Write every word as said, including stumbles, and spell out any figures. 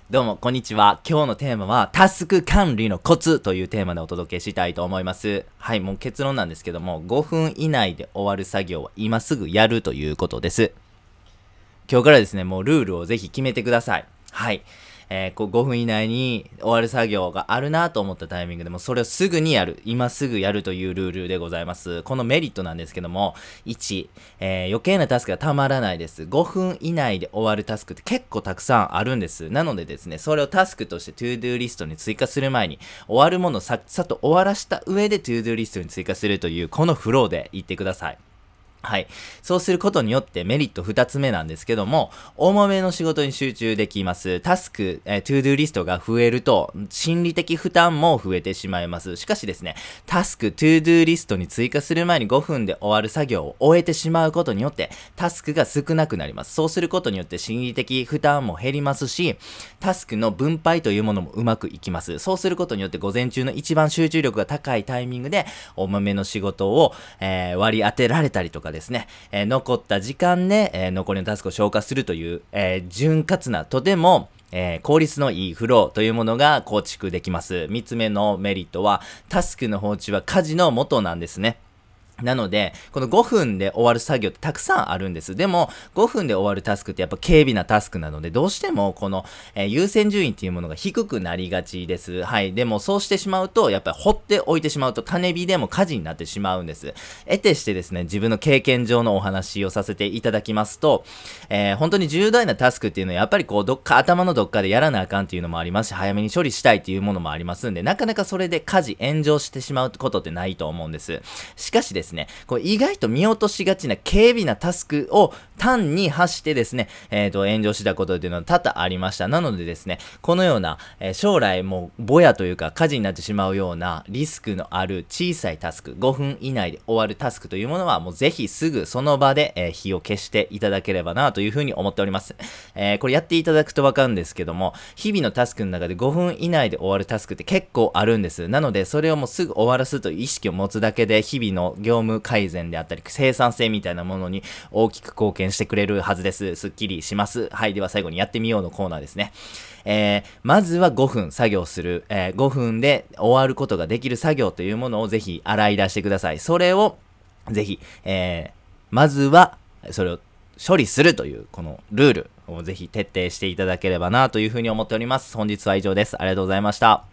どうも、こんにちは。今日のテーマは、タスク管理のコツというテーマでお届けしたいと思います。はい、もう結論なんですけども、ごふん以内で終わる作業は今すぐやるということです。今日からですね、もうルールをぜひ決めてください。はい。えー、こうごふん以内に終わる作業があるなと思ったタイミングでもそれをすぐにやる。今すぐやるというルールでございます。このメリットなんですけども、いち、えー、余計なタスクがたまらないです。ごふん以内で終わるタスクって結構たくさんあるんです。なのでですね、それをタスクとして ToDo リストに追加する前に、終わるものをさっさと終わらした上で ToDo リストに追加するという、このフローで言ってください。はい。そうすることによってメリット二つ目なんですけども、重めの仕事に集中できます。タスク、えー、トゥードゥーリストが増えると、心理的負担も増えてしまいます。しかしですね、タスク、トゥードゥーリストに追加する前にごふんで終わる作業を終えてしまうことによって、タスクが少なくなります。そうすることによって心理的負担も減りますし、タスクの分配というものもうまくいきます。そうすることによって午前中の一番集中力が高いタイミングで、重めの仕事を、えー、割り当てられたりとかですね、えー、残った時間で、えー、残りのタスクを消化するという、えー、潤滑なとてもえー、効率のいいフローというものが構築できます。三つ目のメリットは、タスクの放置は家事の元なんですね。なので、このごふんで終わる作業ってたくさんあるんです。でも、ごふんで終わるタスクってやっぱ軽微なタスクなので、どうしてもこの、えー、優先順位っていうものが低くなりがちです。はい。でも、そうしてしまうと、やっぱり放っておいてしまうと、種火でも火事になってしまうんです。得てしてですね、自分の経験上のお話をさせていただきますと、えー、本当に重大なタスクっていうのは、やっぱりこう、どっか頭のどっかでやらなあかんっていうのもありますし、早めに処理したいっていうものもありますんで、なかなかそれで火事、炎上してしまうことってないと思うんです。しかしですね、こう意外と見落としがちな軽微なタスクを単に発してですね、えっと、炎上したことっていうのは多々ありました。なのでですね、このような、えー、将来もうぼやというか火事になってしまうようなリスクのある小さいタスク、ごふん以内で終わるタスクというものはもうぜひすぐその場で、えー、火を消していただければなというふうに思っております。えー、これやっていただくとわかるんですけども、日々のタスクの中でごふん以内で終わるタスクって結構あるんです。なので、それをもうすぐ終わらすという意識を持つだけで、日々の業務改善であったり、生産性みたいなものに大きく貢献してくれるはずです。すっきりします。はい。では最後にやってみようのコーナーですね。えー、まずはごふん作業する、えー、ごふんで終わることができる作業というものをぜひ洗い出してください。それをぜひ、えー、まずはそれを処理するというこのルールをぜひ徹底していただければなというふうに思っております。本日は以上です。ありがとうございました。